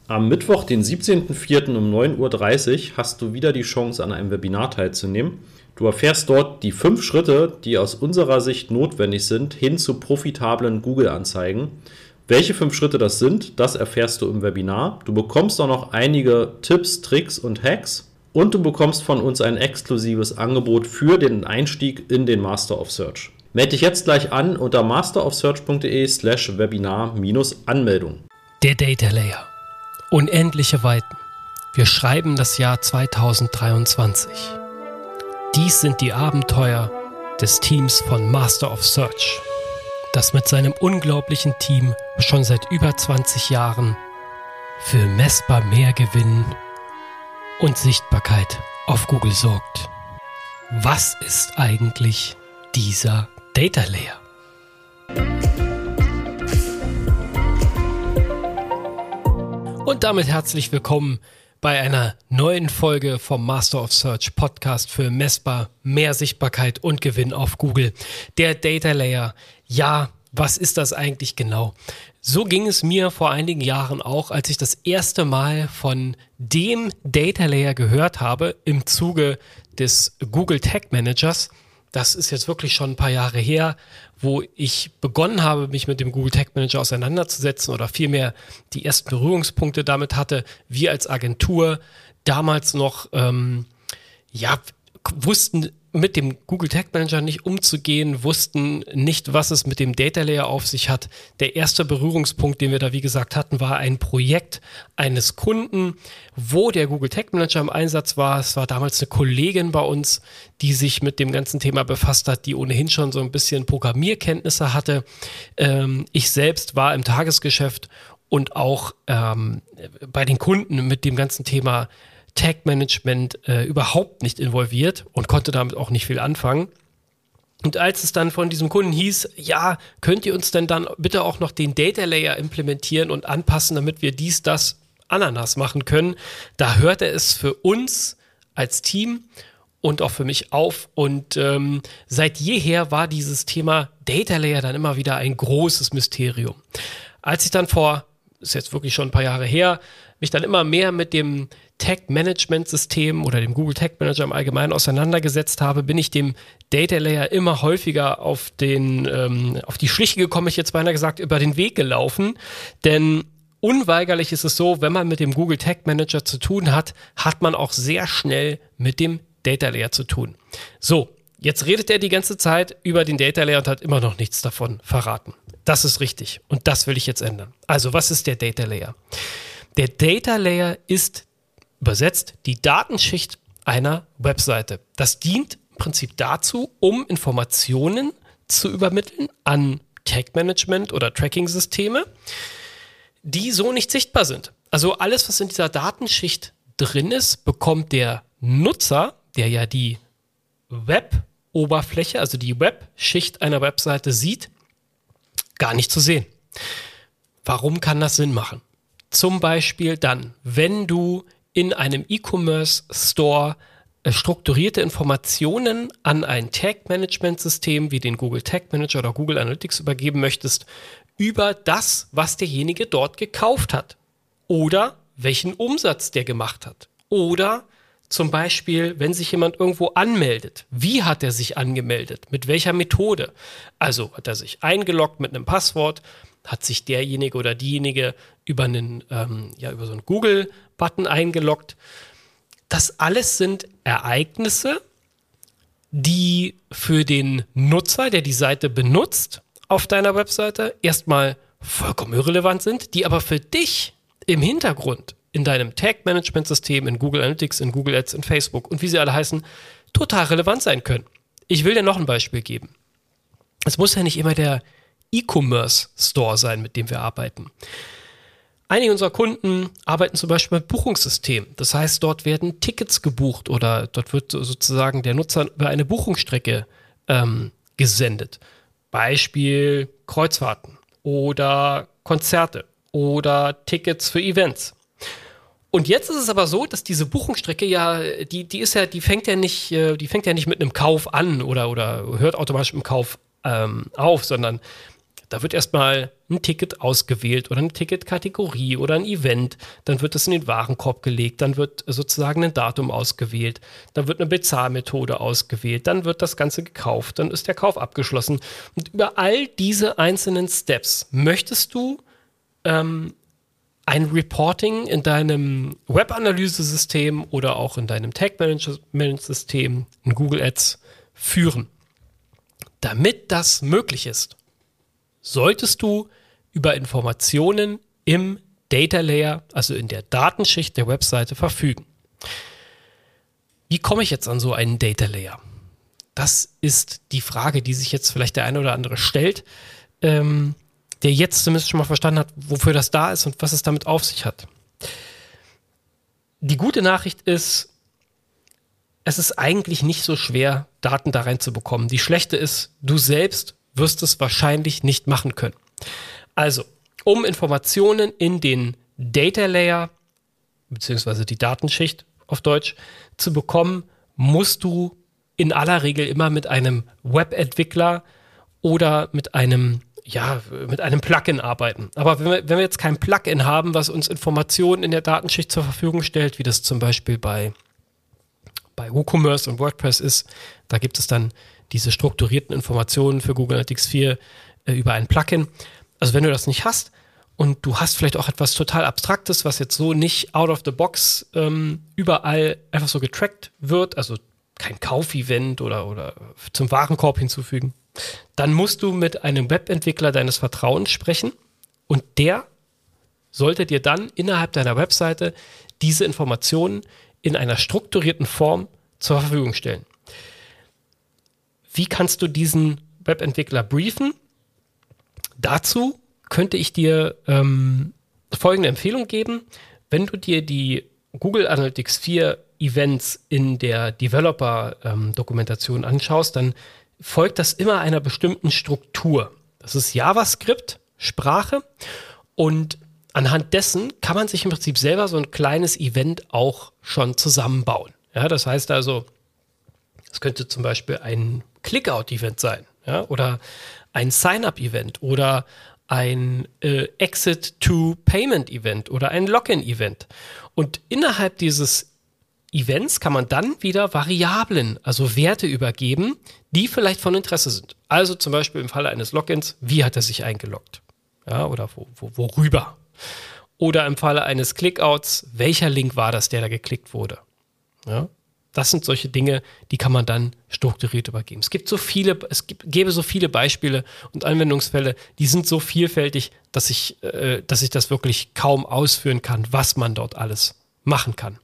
Am Mittwoch, den 17.04. um 9:30 Uhr hast du wieder die Chance, an einem Webinar teilzunehmen. Du erfährst dort die 5 Schritte, die aus unserer Sicht notwendig sind, hin zu profitablen Google-Anzeigen. Welche 5 Schritte das sind, das erfährst du im Webinar. Du bekommst auch noch einige Tipps, Tricks und Hacks und du bekommst von uns ein exklusives Angebot für den Einstieg in den Master of Search. Melde dich jetzt gleich an unter masterofsearch.de/webinar-Anmeldung. Der Data Layer. Unendliche Weiten. Wir schreiben das Jahr 2023. Dies sind die Abenteuer des Teams von Master of Search, das mit seinem unglaublichen Team schon seit über 20 Jahren für messbar mehr Gewinn und Sichtbarkeit auf Google sorgt. Was ist eigentlich dieser Data Layer? Und damit herzlich willkommen bei einer neuen Folge vom Master of Search Podcast für messbar mehr Sichtbarkeit und Gewinn auf Google. Der Data Layer. Ja, was ist das eigentlich genau? So ging es mir vor einigen Jahren auch, als ich das erste Mal von dem Data Layer gehört habe im Zuge des Google Tag Managers. Das ist jetzt wirklich schon ein paar Jahre her, wo ich begonnen habe, mich mit dem Google Tag Manager auseinanderzusetzen oder vielmehr die ersten Berührungspunkte damit hatte. Wir als Agentur damals noch wussten mit dem Google Tag Manager nicht umzugehen, wussten nicht, was es mit dem Data Layer auf sich hat. Der erste Berührungspunkt, den wir da wie gesagt hatten, war ein Projekt eines Kunden, wo der Google Tag Manager im Einsatz war. Es war damals eine Kollegin bei uns, die sich mit dem ganzen Thema befasst hat, die ohnehin schon so ein bisschen Programmierkenntnisse hatte. Ich selbst war im Tagesgeschäft und auch bei den Kunden mit dem ganzen Thema Tag-Management überhaupt nicht involviert und konnte damit auch nicht viel anfangen. Und als es dann von diesem Kunden hieß, ja, könnt ihr uns denn dann bitte auch noch den Data Layer implementieren und anpassen, damit wir dies, das, Ananas machen können, da hörte es für uns als Team und auch für mich auf. Und seit jeher war dieses Thema Data Layer dann immer wieder ein großes Mysterium. Als ich dann ist jetzt wirklich schon ein paar Jahre her, mich dann immer mehr mit dem Tag-Management-System oder dem Google Tag Manager im Allgemeinen auseinandergesetzt habe, bin ich dem Data Layer immer häufiger auf die Schliche gekommen, ich jetzt beinahe gesagt, über den Weg gelaufen. Denn unweigerlich ist es so, wenn man mit dem Google Tag Manager zu tun hat, hat man auch sehr schnell mit dem Data Layer zu tun. So, jetzt redet er die ganze Zeit über den Data Layer und hat immer noch nichts davon verraten. Das ist richtig und das will ich jetzt ändern. Also, was ist der Data Layer? Der Data Layer ist übersetzt die Datenschicht einer Webseite. Das dient im Prinzip dazu, um Informationen zu übermitteln an Tag-Management- oder Tracking-Systeme, die so nicht sichtbar sind. Also alles, was in dieser Datenschicht drin ist, bekommt der Nutzer, der ja die Web-Oberfläche, also die Web-Schicht einer Webseite sieht, gar nicht zu sehen. Warum kann das Sinn machen? Zum Beispiel dann, wenn du in einem E-Commerce-Store strukturierte Informationen an ein Tag-Management-System wie den Google Tag Manager oder Google Analytics übergeben möchtest, über das, was derjenige dort gekauft hat oder welchen Umsatz der gemacht hat. Oder zum Beispiel, wenn sich jemand irgendwo anmeldet, wie hat er sich angemeldet, mit welcher Methode? Also hat er sich eingeloggt mit einem Passwort, hat sich derjenige oder diejenige über so einen Google-Button eingeloggt. Das alles sind Ereignisse, die für den Nutzer, der die Seite benutzt, auf deiner Webseite erstmal vollkommen irrelevant sind, die aber für dich im Hintergrund in deinem Tag-Management-System, in Google Analytics, in Google Ads, in Facebook und wie sie alle heißen, total relevant sein können. Ich will dir noch ein Beispiel geben. Es muss ja nicht immer der E-Commerce-Store sein, mit dem wir arbeiten. Einige unserer Kunden arbeiten zum Beispiel mit Buchungssystemen. Das heißt, dort werden Tickets gebucht oder dort wird sozusagen der Nutzer über eine Buchungsstrecke gesendet. Beispiel Kreuzfahrten oder Konzerte oder Tickets für Events. Und jetzt ist es aber so, dass diese Buchungsstrecke die fängt ja nicht mit einem Kauf an oder hört automatisch mit dem Kauf auf, sondern Da wird erstmal ein Ticket ausgewählt oder eine Ticketkategorie oder ein Event. Dann wird es in den Warenkorb gelegt. Dann wird sozusagen ein Datum ausgewählt. Dann wird eine Bezahlmethode ausgewählt. Dann wird das Ganze gekauft. Dann ist der Kauf abgeschlossen. Und über all diese einzelnen Steps möchtest du ein Reporting in deinem Web-Analyse-System oder auch in deinem Tag-Management-System in Google Ads führen. Damit das möglich ist, solltest du über Informationen im Data Layer, also in der Datenschicht der Webseite, verfügen. Wie komme ich jetzt an so einen Data Layer? Das ist die Frage, die sich jetzt vielleicht der eine oder andere stellt, der jetzt zumindest schon mal verstanden hat, wofür das da ist und was es damit auf sich hat. Die gute Nachricht ist, es ist eigentlich nicht so schwer, Daten da reinzubekommen. Die schlechte ist, du selbst wirst es wahrscheinlich nicht machen können. Also, um Informationen in den Data Layer, beziehungsweise die Datenschicht auf Deutsch, zu bekommen, musst du in aller Regel immer mit einem Webentwickler oder mit einem Plugin arbeiten. Aber wenn wir jetzt kein Plugin haben, was uns Informationen in der Datenschicht zur Verfügung stellt, wie das zum Beispiel bei WooCommerce und WordPress ist, da gibt es dann diese strukturierten Informationen für Google Analytics 4 über ein Plugin. Also wenn du das nicht hast und du hast vielleicht auch etwas total Abstraktes, was jetzt so nicht out of the box überall einfach so getrackt wird, also kein Kaufevent oder zum Warenkorb hinzufügen, dann musst du mit einem Webentwickler deines Vertrauens sprechen und der sollte dir dann innerhalb deiner Webseite diese Informationen in einer strukturierten Form zur Verfügung stellen. Wie kannst du diesen Webentwickler briefen? Dazu könnte ich dir folgende Empfehlung geben. Wenn du dir die Google Analytics 4 Events in der Developer-Dokumentation anschaust, dann folgt das immer einer bestimmten Struktur. Das ist JavaScript, Sprache, und anhand dessen kann man sich im Prinzip selber so ein kleines Event auch schon zusammenbauen. Ja, das heißt also, es könnte zum Beispiel ein Click-Out-Event sein, ja, oder ein Sign-Up-Event oder ein Exit-to-Payment-Event oder ein Login-Event. Und innerhalb dieses Events kann man dann wieder Variablen, also Werte übergeben, die vielleicht von Interesse sind. Also zum Beispiel im Falle eines Logins, wie hat er sich eingeloggt? Ja, oder worüber? Oder im Falle eines Clickouts, welcher Link war das, der da geklickt wurde? Ja, das sind solche Dinge, die kann man dann strukturiert übergeben. Gäbe so viele Beispiele und Anwendungsfälle, die sind so vielfältig, dass ich das wirklich kaum ausführen kann, was man dort alles machen kann.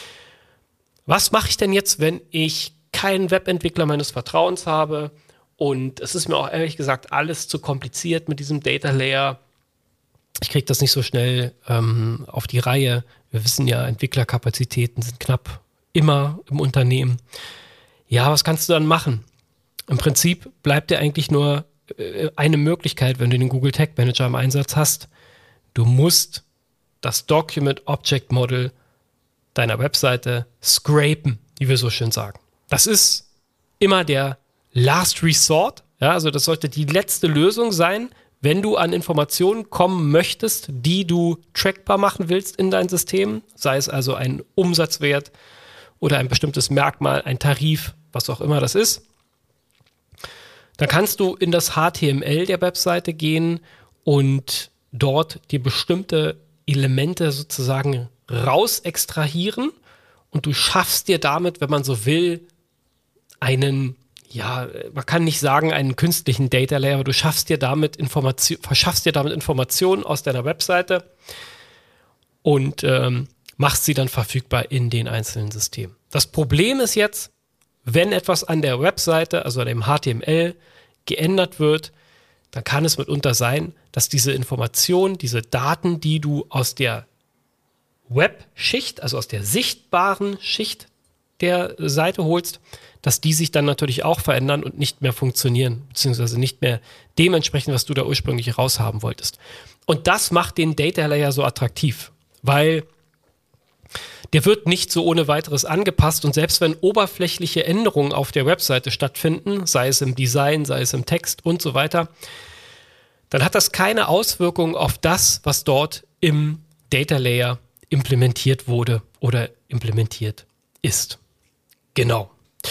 Was mache ich denn jetzt, wenn ich keinen Webentwickler meines Vertrauens habe und es ist mir auch ehrlich gesagt alles zu kompliziert mit diesem Data Layer? Ich kriege das nicht so schnell auf die Reihe. Wir wissen ja, Entwicklerkapazitäten sind knapp immer im Unternehmen. Ja, was kannst du dann machen? Im Prinzip bleibt dir eigentlich nur eine Möglichkeit, wenn du den Google Tag Manager im Einsatz hast. Du musst das Document Object Model deiner Webseite scrapen, wie wir so schön sagen. Das ist immer der Last Resort. Ja, also das sollte die letzte Lösung sein, wenn du an Informationen kommen möchtest, die du trackbar machen willst in dein System, sei es also ein Umsatzwert oder ein bestimmtes Merkmal, ein Tarif, was auch immer das ist. Dann kannst du in das HTML der Webseite gehen und dort dir bestimmte Elemente sozusagen raus extrahieren und du schaffst dir damit, wenn man so will, einen, ja, man kann nicht sagen einen künstlichen Data Layer, aber du verschaffst dir damit Informationen aus deiner Webseite und machst sie dann verfügbar in den einzelnen Systemen. Das Problem ist jetzt, wenn etwas an der Webseite, also an dem HTML, geändert wird, dann kann es mitunter sein, dass diese Informationen, diese Daten, die du aus der Web-Schicht, also aus der sichtbaren Schicht der Seite holst, dass die sich dann natürlich auch verändern und nicht mehr funktionieren, beziehungsweise nicht mehr dementsprechend, was du da ursprünglich raushaben wolltest. Und das macht den Data Layer so attraktiv, weil der wird nicht so ohne weiteres angepasst und selbst wenn oberflächliche Änderungen auf der Webseite stattfinden, sei es im Design, sei es im Text und so weiter, dann hat das keine Auswirkung auf das, was dort im Data Layer implementiert wurde oder implementiert ist. Genau.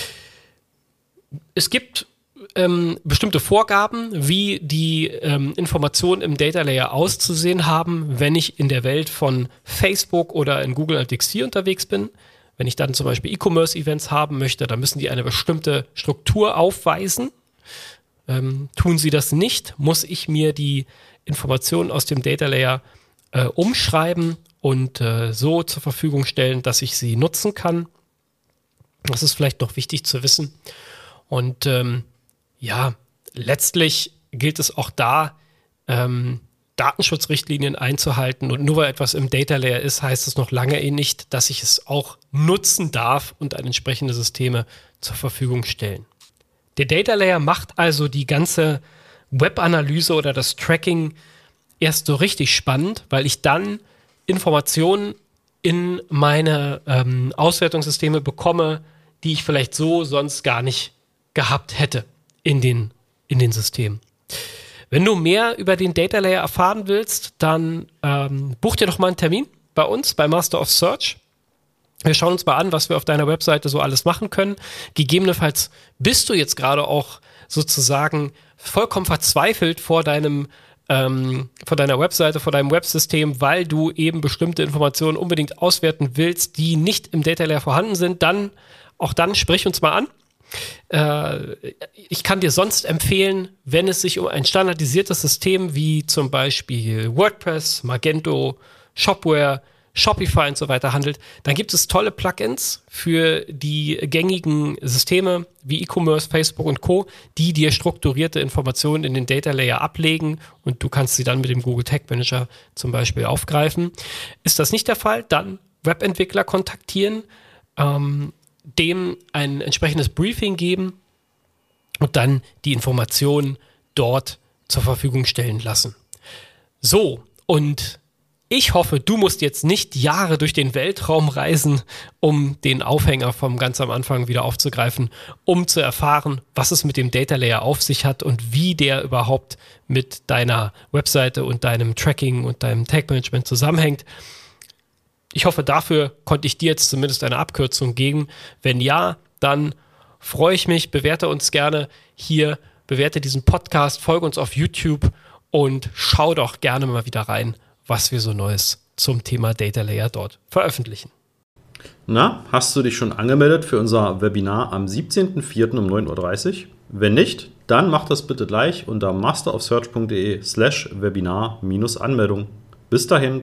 Es gibt bestimmte Vorgaben, wie die Informationen im Data Layer auszusehen haben, wenn ich in der Welt von Facebook oder in Google Analytics 4 unterwegs bin. Wenn ich dann zum Beispiel E-Commerce-Events haben möchte, dann müssen die eine bestimmte Struktur aufweisen. Tun sie das nicht, muss ich mir die Informationen aus dem Data Layer umschreiben und so zur Verfügung stellen, dass ich sie nutzen kann. Das ist vielleicht noch wichtig zu wissen. Und letztlich gilt es auch da, Datenschutzrichtlinien einzuhalten. Und nur weil etwas im Data Layer ist, heißt es noch lange nicht, dass ich es auch nutzen darf und an entsprechende Systeme zur Verfügung stellen. Der Data Layer macht also die ganze Webanalyse oder das Tracking erst so richtig spannend, weil ich dann Informationen in meine Auswertungssysteme bekomme, die ich vielleicht so sonst gar nicht gehabt hätte in den Systemen. Wenn du mehr über den Data Layer erfahren willst, dann buch dir doch mal einen Termin bei uns, bei Master of Search. Wir schauen uns mal an, was wir auf deiner Webseite so alles machen können. Gegebenenfalls bist du jetzt gerade auch sozusagen vollkommen verzweifelt vor deiner Webseite, vor deinem Websystem, weil du eben bestimmte Informationen unbedingt auswerten willst, die nicht im Data Layer vorhanden sind. Dann sprich uns mal an. Ich kann dir sonst empfehlen, wenn es sich um ein standardisiertes System wie zum Beispiel WordPress, Magento, Shopware, Shopify und so weiter handelt, dann gibt es tolle Plugins für die gängigen Systeme wie E-Commerce, Facebook und Co., die dir strukturierte Informationen in den Data Layer ablegen und du kannst sie dann mit dem Google Tag Manager zum Beispiel aufgreifen. Ist das nicht der Fall, dann Webentwickler kontaktieren, dem ein entsprechendes Briefing geben und dann die Informationen dort zur Verfügung stellen lassen. So, und ich hoffe, du musst jetzt nicht Jahre durch den Weltraum reisen, um den Aufhänger vom ganz am Anfang wieder aufzugreifen, um zu erfahren, was es mit dem Data Layer auf sich hat und wie der überhaupt mit deiner Webseite und deinem Tracking und deinem Tag Management zusammenhängt. Ich hoffe, dafür konnte ich dir jetzt zumindest eine Abkürzung geben. Wenn ja, dann freue ich mich. Bewerte uns gerne hier, bewerte diesen Podcast, folge uns auf YouTube und schau doch gerne mal wieder rein, was wir so Neues zum Thema Data Layer dort veröffentlichen. Na, hast du dich schon angemeldet für unser Webinar am 17.04. um 9.30 Uhr? Wenn nicht, dann mach das bitte gleich unter masterofsearch.de/webinar-Anmeldung. Bis dahin.